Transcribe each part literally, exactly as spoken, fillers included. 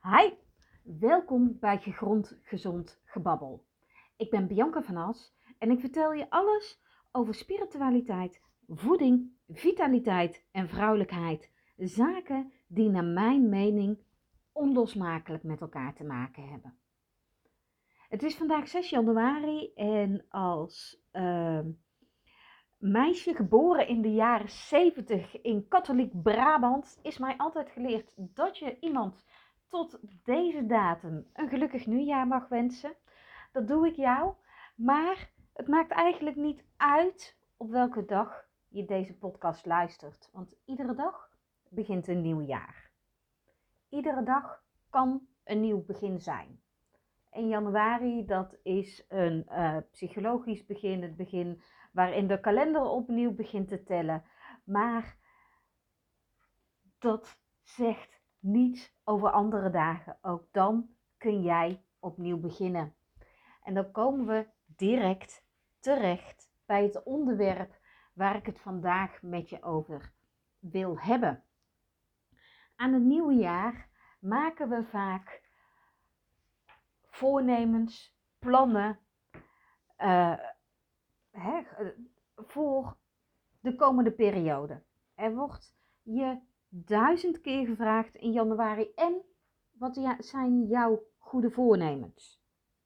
Hi, welkom bij Gegrond Gezond Gebabbel. Ik ben Bianca van As en ik vertel je alles over spiritualiteit, voeding, vitaliteit en vrouwelijkheid. Zaken die naar mijn mening onlosmakelijk met elkaar te maken hebben. Het is vandaag zes januari en als uh, meisje geboren in de jaren zeventig in katholiek Brabant is mij altijd geleerd dat je iemand tot deze datum een gelukkig nieuwjaar mag wensen. Dat doe ik jou, maar het maakt eigenlijk niet uit op welke dag je deze podcast luistert. Want iedere dag begint een nieuw jaar. Iedere dag kan een nieuw begin zijn. In januari, dat is een uh, psychologisch begin, het begin waarin de kalender opnieuw begint te tellen. Maar dat zegt niets over andere dagen. Ook dan kun jij opnieuw beginnen. En dan komen we direct terecht bij het onderwerp waar ik het vandaag met je over wil hebben. Aan het nieuwe jaar maken we vaak voornemens, plannen uh, hè, voor de komende periode. Er wordt je duizend keer gevraagd in januari: en wat zijn jouw goede voornemens?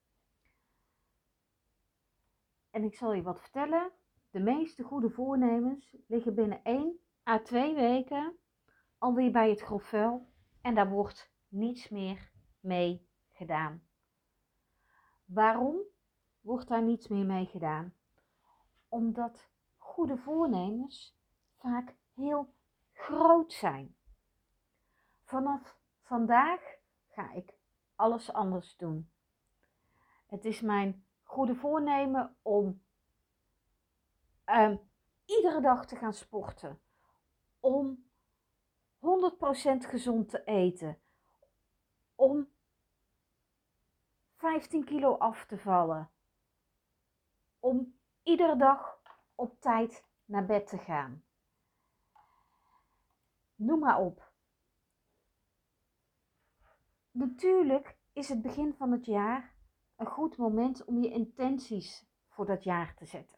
En ik zal je wat vertellen. De meeste goede voornemens liggen binnen één à twee weken alweer bij het grof vuil en daar wordt niets meer mee gedaan. Waarom wordt daar niets meer mee gedaan? Omdat goede voornemens vaak heel groot zijn. Vanaf vandaag ga ik alles anders doen. Het is mijn goede voornemen om uh, iedere dag te gaan sporten. Om honderd procent gezond te eten. Om vijftien kilo af te vallen. Om iedere dag op tijd naar bed te gaan. Noem maar op. Natuurlijk is het begin van het jaar een goed moment om je intenties voor dat jaar te zetten.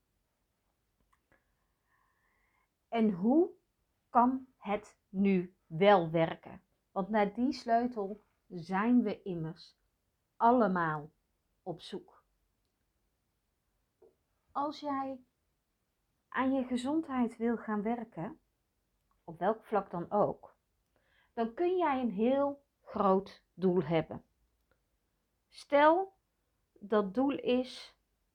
En hoe kan het nu wel werken? Want naar die sleutel zijn we immers allemaal op zoek. Als jij aan je gezondheid wil gaan werken, op welk vlak dan ook, dan kun jij een heel groot doel hebben. Stel, dat doel is: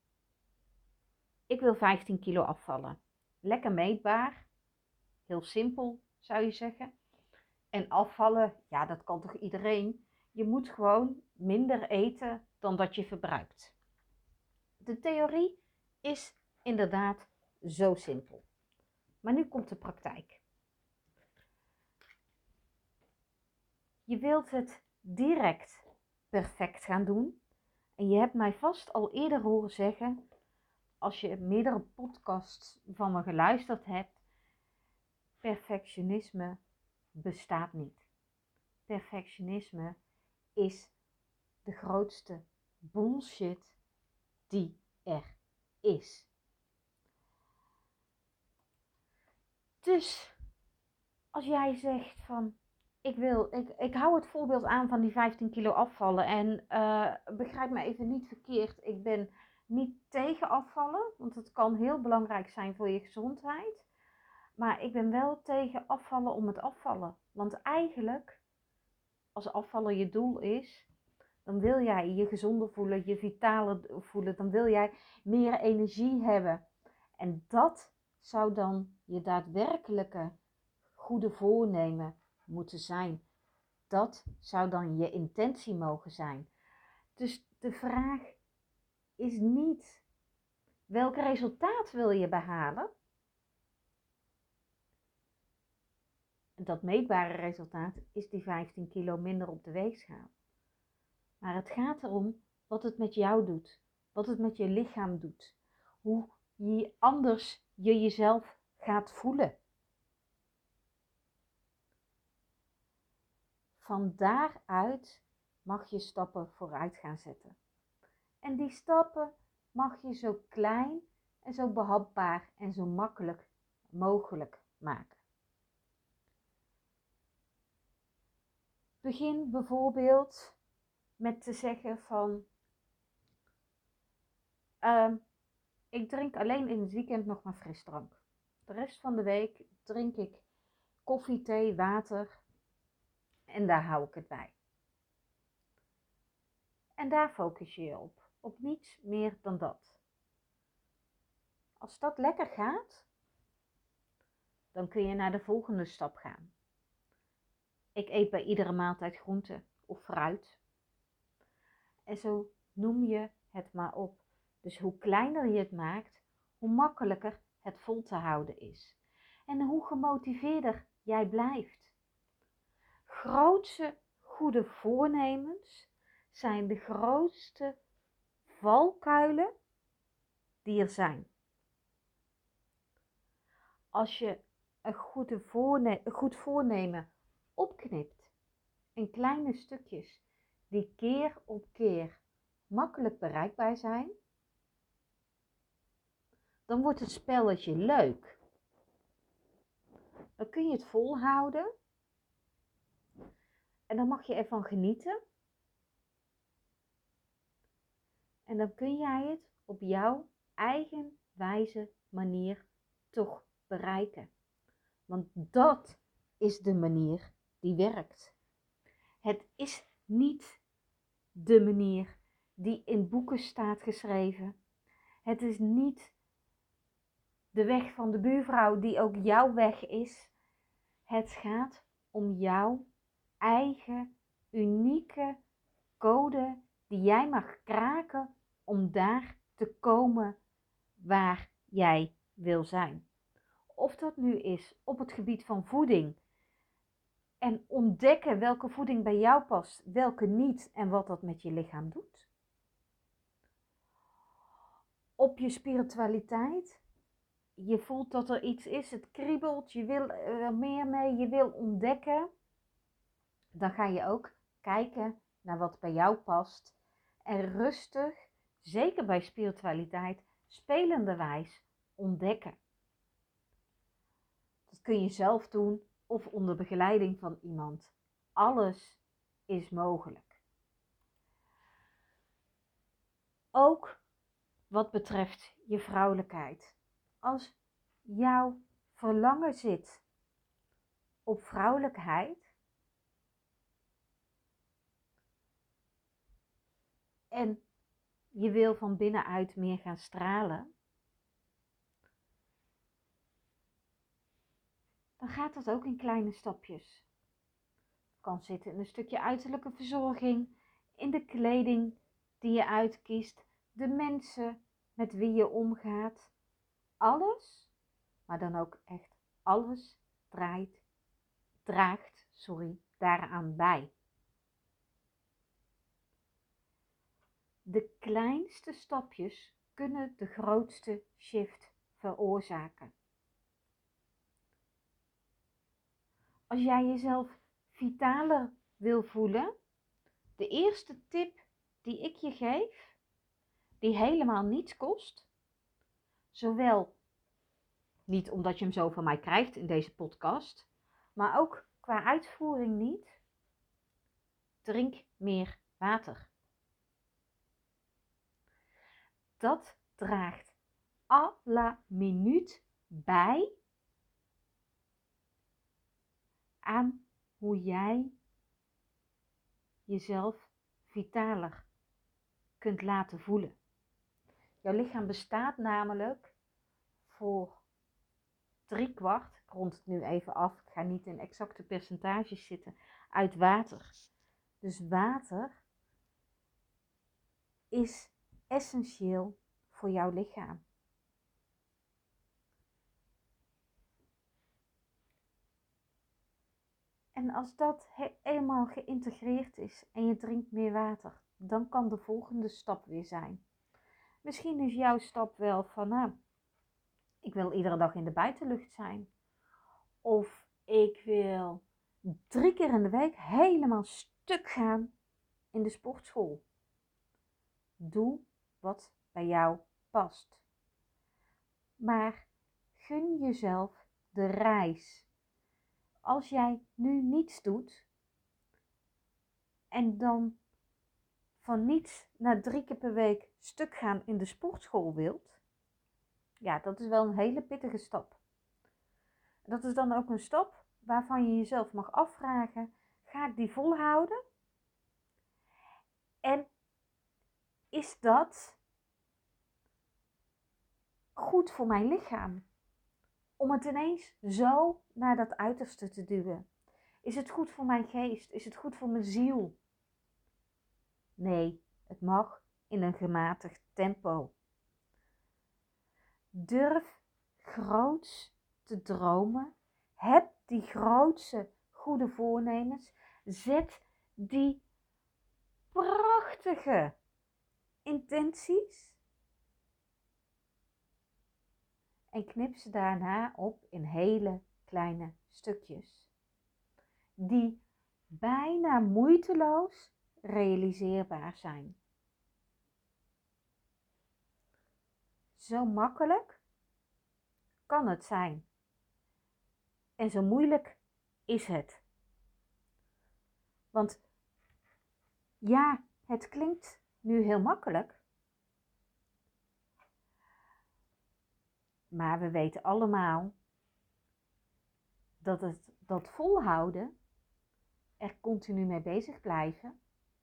ik wil vijftien kilo afvallen. Lekker meetbaar, heel simpel zou je zeggen. En afvallen, ja, dat kan toch iedereen? Je moet gewoon minder eten dan dat je verbruikt. De theorie is inderdaad zo simpel. Maar nu komt de praktijk. Je wilt het direct perfect gaan doen. En je hebt mij vast al eerder horen zeggen, als je meerdere podcasts van me geluisterd hebt: perfectionisme bestaat niet. Perfectionisme is de grootste bullshit die er is. Dus als jij zegt van: ik wil, ik, ik hou het voorbeeld aan van die vijftien kilo afvallen. En uh, begrijp me even niet verkeerd, ik ben niet tegen afvallen, want het kan heel belangrijk zijn voor je gezondheid. Maar ik ben wel tegen afvallen om het afvallen. Want eigenlijk, als afvallen je doel is, dan wil jij je gezonder voelen, je vitaler voelen. Dan wil jij meer energie hebben. En dat zou dan je daadwerkelijke goede voornemen moeten zijn. Dat zou dan je intentie mogen zijn. Dus de vraag is niet: welk resultaat wil je behalen? Dat meetbare resultaat is die vijftien kilo minder op de weegschaal. Maar het gaat erom wat het met jou doet. Wat het met je lichaam doet. Hoe je anders je jezelf gaat voelen. Van daaruit mag je stappen vooruit gaan zetten. En die stappen mag je zo klein en zo behapbaar en zo makkelijk mogelijk maken. Begin bijvoorbeeld met te zeggen van, uh, ik drink alleen in het weekend nog maar frisdrank. De rest van de week drink ik koffie, thee, water en daar hou ik het bij. En daar focus je je op, op niets meer dan dat. Als dat lekker gaat, dan kun je naar de volgende stap gaan. Ik eet bij iedere maaltijd groente of fruit. En zo noem je het maar op. Dus hoe kleiner je het maakt, hoe makkelijker het vol te houden is. En hoe gemotiveerder jij blijft. Grootse goede voornemens zijn de grootste valkuilen die er zijn. Als je een, goede voorne- een goed voornemen opknipt in kleine stukjes die keer op keer makkelijk bereikbaar zijn, dan wordt het spelletje leuk. Dan kun je het volhouden en dan mag je ervan genieten. En dan kun jij het op jouw eigen wijze manier toch bereiken. Want dat is de manier die werkt. Het is niet de manier die in boeken staat geschreven. Het is niet de weg van de buurvrouw die ook jouw weg is. Het gaat om jouw eigen unieke code die jij mag kraken om daar te komen waar jij wil zijn. Of dat nu is op het gebied van voeding en ontdekken welke voeding bij jou past, welke niet en wat dat met je lichaam doet. Op je spiritualiteit. Je voelt dat er iets is, het kriebelt, je wil er meer mee, je wil ontdekken. Dan ga je ook kijken naar wat bij jou past. En rustig, zeker bij spiritualiteit, spelenderwijs ontdekken. Dat kun je zelf doen of onder begeleiding van iemand. Alles is mogelijk. Ook wat betreft je vrouwelijkheid. Als jouw verlangen zit op vrouwelijkheid en je wil van binnenuit meer gaan stralen, dan gaat dat ook in kleine stapjes. Het kan zitten in een stukje uiterlijke verzorging, in de kleding die je uitkiest, de mensen met wie je omgaat. Alles, maar dan ook echt alles draait, draagt sorry, daaraan bij. De kleinste stapjes kunnen de grootste shift veroorzaken. Als jij jezelf vitaler wil voelen, de eerste tip die ik je geef, die helemaal niets kost, zowel niet omdat je hem zo van mij krijgt in deze podcast, maar ook qua uitvoering niet, drink meer water. Dat draagt à la minuut bij aan hoe jij jezelf vitaler kunt laten voelen. Jouw lichaam bestaat namelijk voor drie kwart, ik rond het nu even af, ik ga niet in exacte percentages zitten, uit water. Dus water is essentieel voor jouw lichaam. En als dat he- eenmaal geïntegreerd is en je drinkt meer water, dan kan de volgende stap weer zijn. Misschien is jouw stap wel van, nou, ik wil iedere dag in de buitenlucht zijn. Of ik wil drie keer in de week helemaal stuk gaan in de sportschool. Doe wat bij jou past. Maar gun jezelf de reis. Als jij nu niets doet en dan van niets naar drie keer per week stuk gaan in de sportschool wilt, ja, dat is wel een hele pittige stap. Dat is dan ook een stap waarvan je jezelf mag afvragen, ga ik die volhouden? En is dat goed voor mijn lichaam? Om het ineens zo naar dat uiterste te duwen. Is het goed voor mijn geest? Is het goed voor mijn ziel? Nee, het mag in een gematigd tempo. Durf groots te dromen. Heb die grootse goede voornemens. Zet die prachtige intenties. En knip ze daarna op in hele kleine stukjes. Die bijna moeiteloos realiseerbaar zijn. Zo makkelijk kan het zijn. En zo moeilijk is het. Want ja, het klinkt nu heel makkelijk. Maar we weten allemaal dat het dat volhouden, er continu mee bezig blijven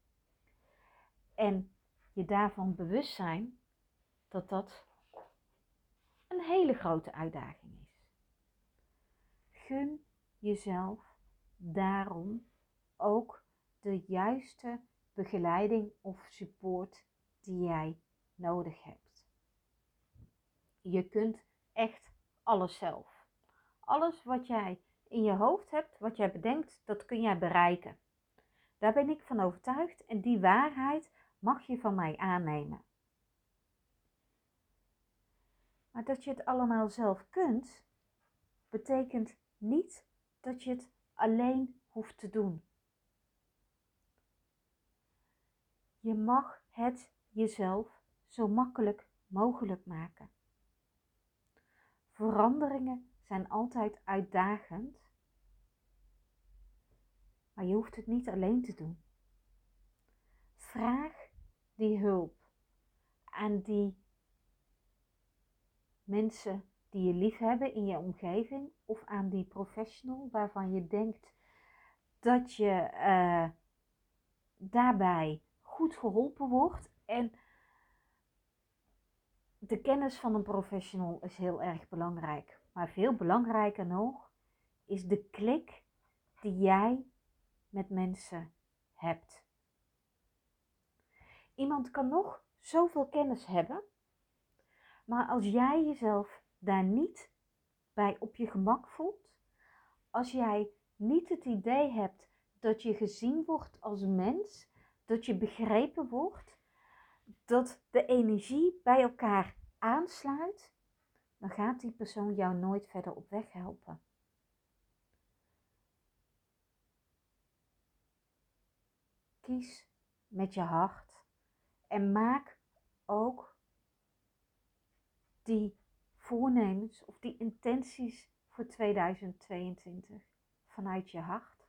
en je daarvan bewust zijn dat dat een hele grote uitdaging is. Gun jezelf daarom ook de juiste begeleiding of support die jij nodig hebt. Je kunt echt alles zelf. Alles wat jij in je hoofd hebt, wat jij bedenkt, dat kun jij bereiken. Daar ben ik van overtuigd en die waarheid mag je van mij aannemen. Maar dat je het allemaal zelf kunt, betekent niet dat je het alleen hoeft te doen. Je mag het jezelf zo makkelijk mogelijk maken. Veranderingen zijn altijd uitdagend, maar je hoeft het niet alleen te doen. Vraag die hulp aan die mensen die je lief hebben in je omgeving of aan die professional waarvan je denkt dat je uh, daarbij goed geholpen wordt. En de kennis van een professional is heel erg belangrijk. Maar veel belangrijker nog is de klik die jij met mensen hebt. Iemand kan nog zoveel kennis hebben, maar als jij jezelf daar niet bij op je gemak voelt, als jij niet het idee hebt dat je gezien wordt als mens, dat je begrepen wordt, dat de energie bij elkaar aansluit, dan gaat die persoon jou nooit verder op weg helpen. Kies met je hart en maak ook die voornemens of die intenties voor tweeduizend tweeëntwintig vanuit je hart.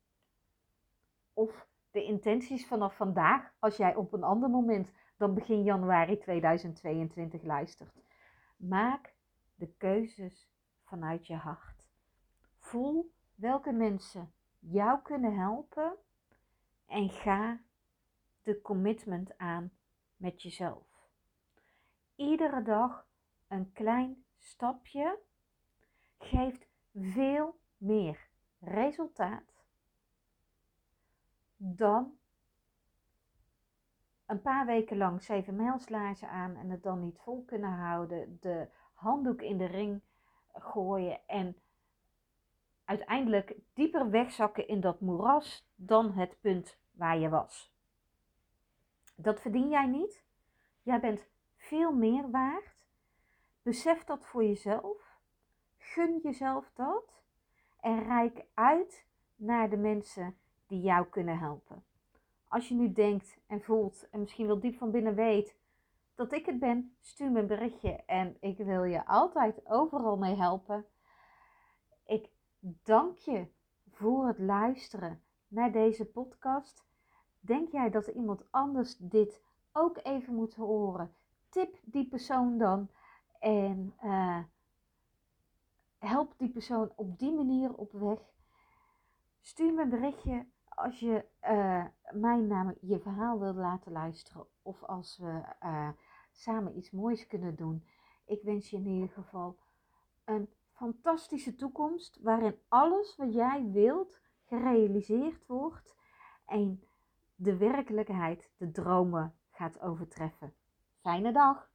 Of de intenties vanaf vandaag, als jij op een ander moment dan begin januari tweeduizend tweeëntwintig luistert. Maak de keuzes vanuit je hart. Voel welke mensen jou kunnen helpen en ga de commitment aan met jezelf. Iedere dag een klein stapje geeft veel meer resultaat dan een paar weken lang zeven mijlslaarzen aan en het dan niet vol kunnen houden, de handdoek in de ring gooien en uiteindelijk dieper wegzakken in dat moeras dan het punt waar je was. Dat verdien jij niet. Jij bent veel meer waard. Besef dat voor jezelf. Gun jezelf dat. En reik uit naar de mensen die jou kunnen helpen. Als je nu denkt en voelt en misschien wel diep van binnen weet dat ik het ben, stuur me een berichtje en ik wil je altijd overal mee helpen. Ik dank je voor het luisteren naar deze podcast. Denk jij dat iemand anders dit ook even moet horen? Tip die persoon dan en uh, help die persoon op die manier op weg. Stuur me een berichtje als je uh, mijn naam, je verhaal wilt laten luisteren of als we uh, samen iets moois kunnen doen. Ik wens je in ieder geval een fantastische toekomst waarin alles wat jij wilt gerealiseerd wordt en de werkelijkheid, de dromen gaat overtreffen. Fijne dag!